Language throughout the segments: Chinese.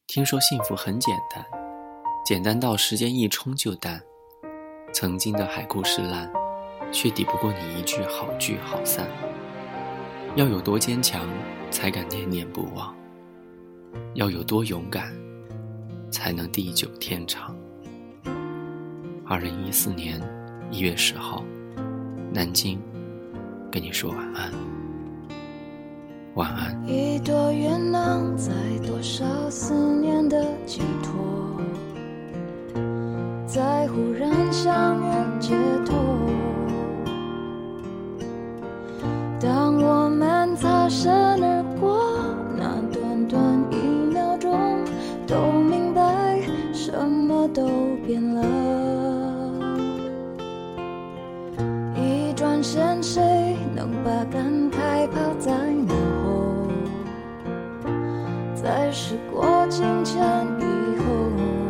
听说幸福很简单，简单到时间一冲就淡。曾经的海枯石烂，却抵不过你一句好聚好散。要有多坚强，才敢念念不忘？要有多勇敢，才能地久天长？2014年1月10号，南京，跟你说晚安。晚安。 一朵愿囊在多少思念的寄托，在忽然相遇街头，当我们擦身而过，那短短1秒钟，都明白什么都变了。一转身，谁能把感慨抛在脑后？在时过境迁以后，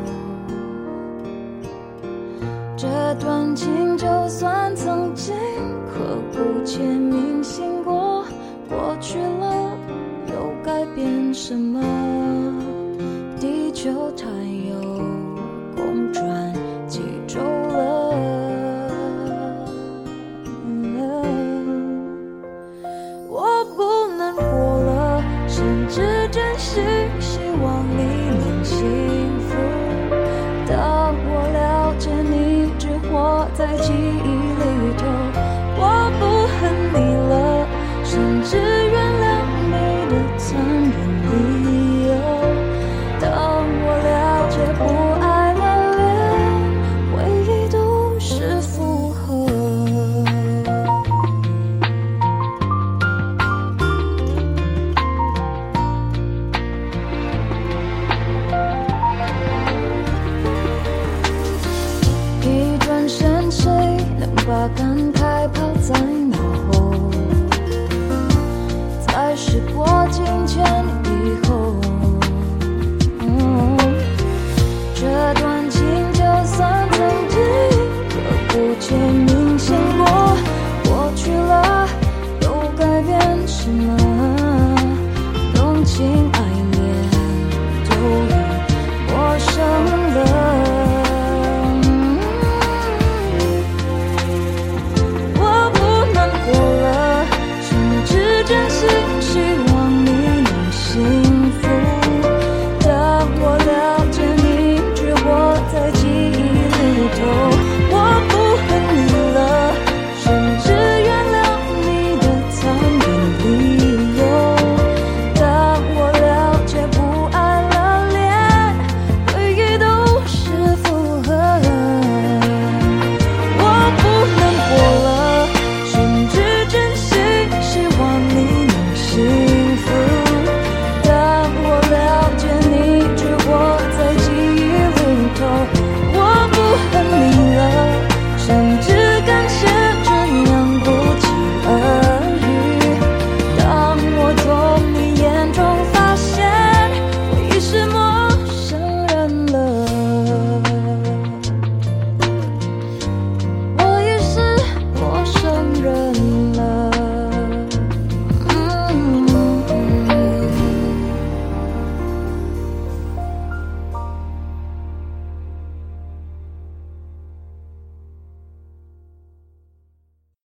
这段情就算曾经刻骨且铭心过，过去了又改变什么？地球它又公转几周了。我不能活了，甚至真心希望你能幸福。当我了解你只活在记忆里头，我不恨你了，甚至原谅你的残忍理由。当我了解不爱了，连回忆都是负荷。一转身，谁能把感慨抛在脑后？在时过境迁以后，这段情就算曾经刻骨且铭